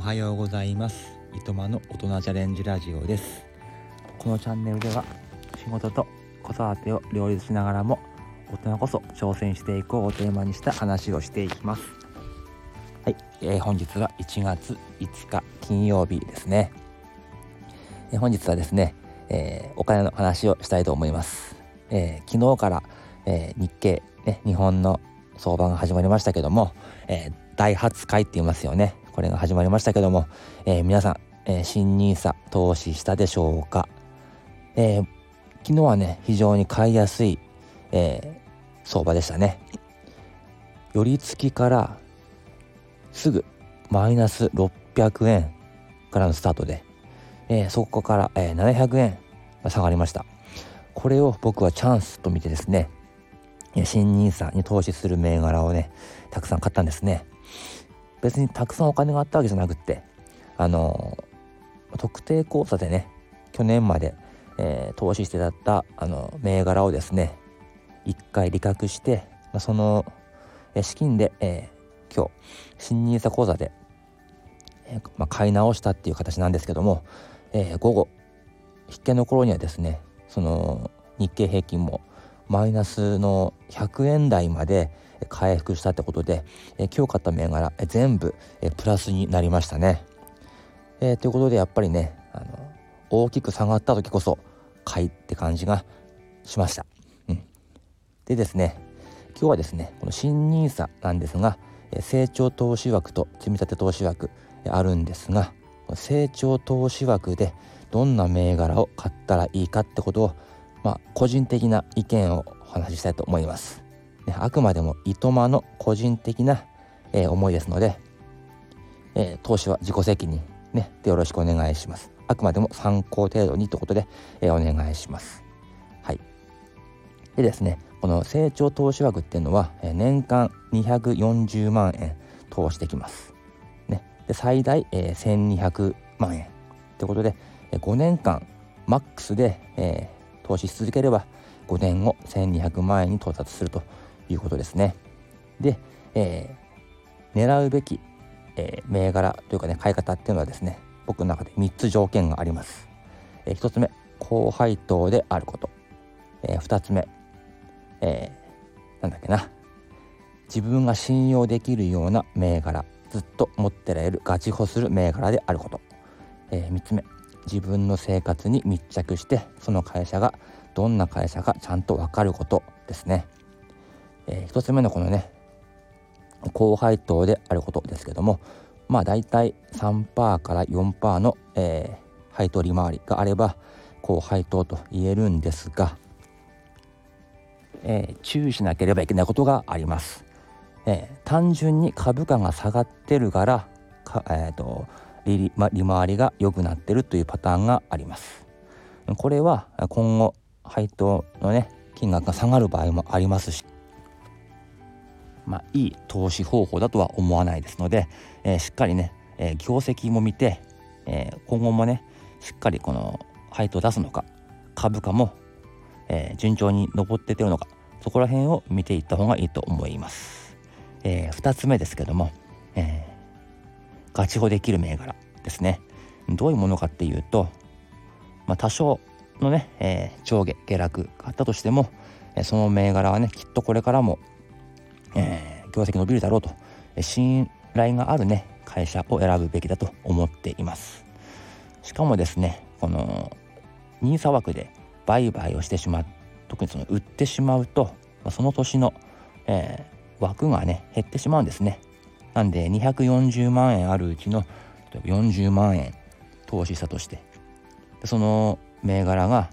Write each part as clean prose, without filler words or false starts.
はようございます。いとまの大人チャレンジラジオです。このチャンネルでは仕事と子育てを両立しながらも大人こそ挑戦していこうをテーマにした話をしていきます。はい、本日は1月5日金曜日ですね。本日はですね、お金の話をしたいと思います。昨日から、日経、日本の相場が始まりましたけども、第8回って言いますよね。これが始まりましたけども、皆さん、新NISA投資したでしょうか。昨日はね非常に買いやすい、相場でしたね。寄り付きからすぐマイナス600円からのスタートで、そこから、700円下がりました。これを僕はチャンスと見てですね、新NISAに投資する銘柄をねたくさん買ったんですね。別にたくさんお金があったわけじゃなくって、特定口座でね去年まで、投資してだった銘柄をですね一回利確して、その資金で、今日新NISA口座で、買い直したっていう形なんですけども、午後引けの頃にはですねその日経平均もマイナスの100円台まで回復したってことで、今日買った銘柄全部プラスになりましたね。ということでやっぱりね大きく下がった時こそ買いって感じがしました。でですね今日はですねこの新NISAなんですが、成長投資枠と積立投資枠あるんですが、成長投資枠でどんな銘柄を買ったらいいかってことを、個人的な意見をお話ししたいと思います。あくまでもいとまの個人的な、思いですので、投資は自己責任でよろしくお願いします。あくまでも参考程度にということで、お願いします。はい。でですねこの成長投資枠っていうのは、年間240万円投資できます、で最大、1200万円ということで、5年間マックスで、投資し続ければ5年後1200万円に到達するということですね。で、狙うべき、銘柄というかね買い方っていうのはですね僕の中で3つ条件があります。1つ目高配当であること、2つ目、自分が信用できるような銘柄、ずっと持ってられるガチホする銘柄であること、3つ目自分の生活に密着してその会社がどんな会社かちゃんと分かることですね。1つ目のこのね高配当であることですけども、だいたい 3% から 4% の、配当利回りがあれば高配当と言えるんですが、注意しなければいけないことがあります。単純に株価が下がってるから利回りが良くなってるというパターンがあります。これは今後配当のね金額が下がる場合もありますし、いい投資方法だとは思わないですので、しっかりね、業績も見て、今後もねしっかりこの配当を出すのか株価も、順調に上ってってるのか、そこら辺を見ていった方がいいと思います。2つ目ですけども、ガチホできる銘柄ですね。どういうものかっていうと、多少のね、上下下落があったとしても、その銘柄はねきっとこれからも、業績伸びるだろうと信頼があるね会社を選ぶべきだと思っています。しかもですねこのNISA枠で売買をしてしまう、特にその売ってしまうと、その年の、枠がね減ってしまうんですね。なんで240万円あるうちの例えば40万円投資したとして、でその銘柄が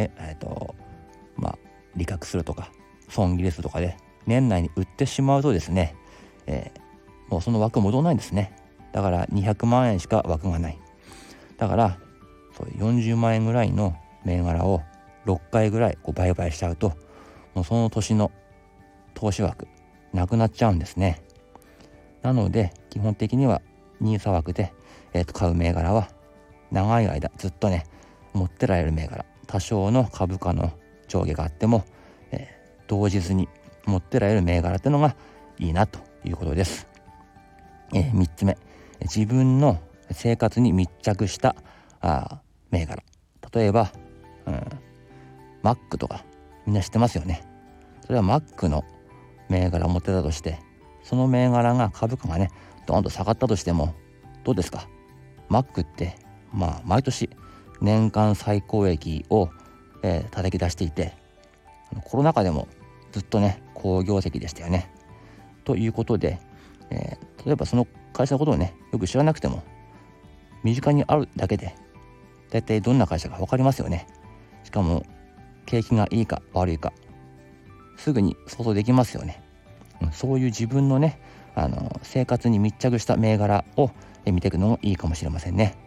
利確するとか損切りするとかで年内に売ってしまうとですね、もうその枠戻らないんですね。だから200万円しか枠がない。だからそういう40万円ぐらいの銘柄を6回ぐらい売買しちゃうと、もうその年の投資枠なくなっちゃうんですね。なので基本的にはNISA枠で、買う銘柄は長い間ずっとね持ってられる銘柄、多少の株価の上下があっても、動じずに持ってられる銘柄っていうのがいいなということです。3つ目自分の生活に密着した銘柄、例えば、マックとかみんな知ってますよね。それはマックの銘柄を持ってたとして、その銘柄が株価がねドーンと下がったとしてもどうですか。マックって毎年年間最高益を、叩き出していて、コロナ禍でもずっとね好業績でしたよね。ということで、例えばその会社のことをねよく知らなくても身近にあるだけで大体どんな会社か分かりますよね。しかも景気がいいか悪いかすぐに想像できますよね。そういう自分のね生活に密着した銘柄を見ていくのもいいかもしれませんね。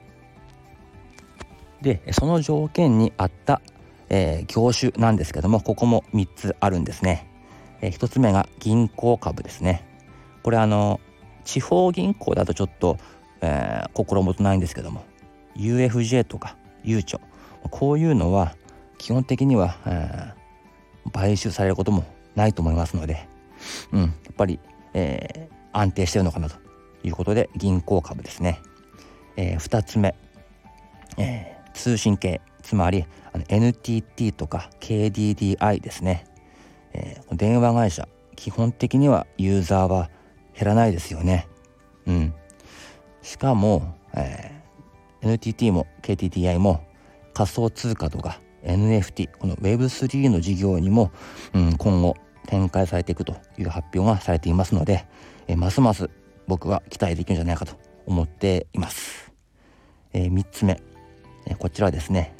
でその条件に合った、業種なんですけども、ここも3つあるんですね。1つ目が銀行株ですね。これ地方銀行だとちょっと、心もとないんですけども、 UFJ とかゆうちょ、こういうのは基本的には、買収されることもないと思いますので、やっぱり、安定してるのかなということで銀行株ですね。2つ目、通信系、つまりNTT とか KDDI ですね。電話会社基本的にはユーザーは減らないですよね。しかも、NTT も KDDI も仮想通貨とか NFT、 この Web3 の事業にも、今後展開されていくという発表がされていますので、ますます僕は期待できるんじゃないかと思っています。3つ目、こちらはですね、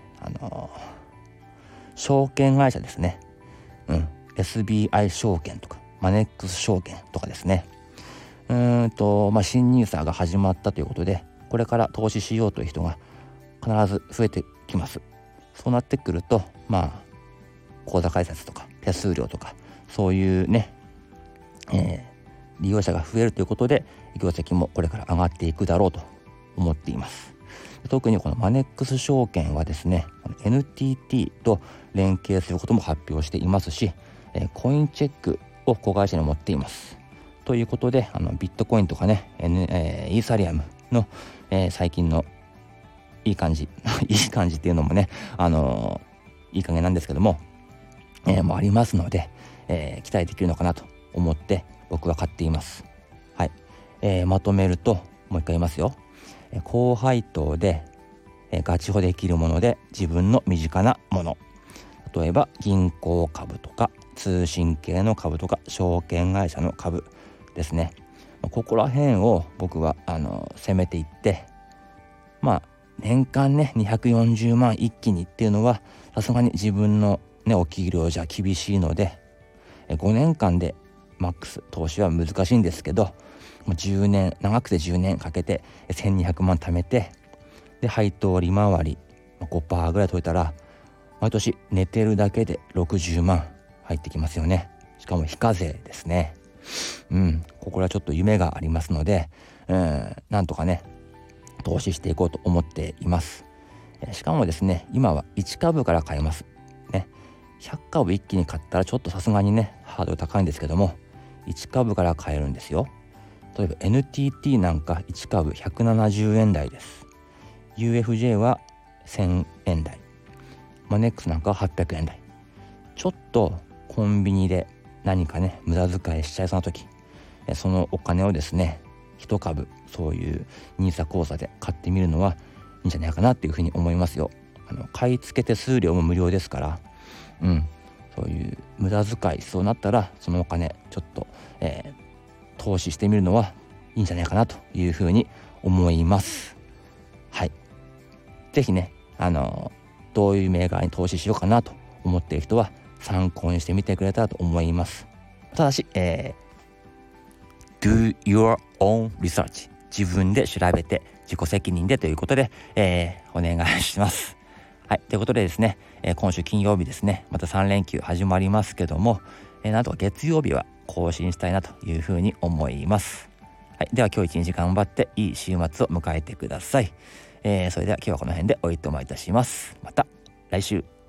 証券会社ですね。SBI 証券とかマネックス証券とかですね。新NISAが始まったということで、これから投資しようという人が必ず増えてきます。そうなってくると、口座開設とか手数料とかそういうね、利用者が増えるということで業績もこれから上がっていくだろうと思っています。特にこのマネックス証券はですね、NTT と連携することも発表していますし、コインチェックを子会社に持っていますということで、ビットコインとかね、イーサリアムの、最近のいい感じいい感じっていうのもね、いい加減なんですけども、もありますので、期待できるのかなと思って僕は買っています。はい、まとめるともう一回言いますよ。高配当で、ガチホできるもので自分の身近なもの、例えば銀行株とか通信系の株とか証券会社の株ですね。ここら辺を僕は攻めていって、年間ね240万一気にっていうのはさすがに自分のねお給料じゃ厳しいので、5年間でマックス投資は難しいんですけど、10年長くて10年かけて1200万貯めて、で配当利回り 5% ぐらい取れたら毎年寝てるだけで60万入ってきますよね。しかも非課税ですね。ここはちょっと夢がありますので、なんとかね投資していこうと思っています。しかもですね、今は1株から買えますね。100株一気に買ったらちょっとさすがにねハードル高いんですけども、1株から買えるんですよ。例えば NTT なんか1株170円台です。 UFJ は1000円台、マネックスなんかは800円台。ちょっとコンビニで何かね無駄遣いしちゃいそうな時、そのお金をですね1株そういう NISA 口座で買ってみるのはいいんじゃないかなっていうふうに思いますよ。買い付け手数料も無料ですから、そういう無駄遣いしそうになったらそのお金ちょっと、投資してみるのはいいんじゃないかなというふうに思います。はい、ぜひねどういう銘柄に投資しようかなと思っている人は参考にしてみてくれたらと思います。ただし、do your own research、 自分で調べて自己責任でということで、お願いします。はい、ということでですね、今週金曜日ですね、また3連休始まりますけども、なんとか月曜日は更新したいなというふうに思います。はい、では今日一日頑張っていい週末を迎えてください。それでは今日はこの辺でおいとまいたします。また来週。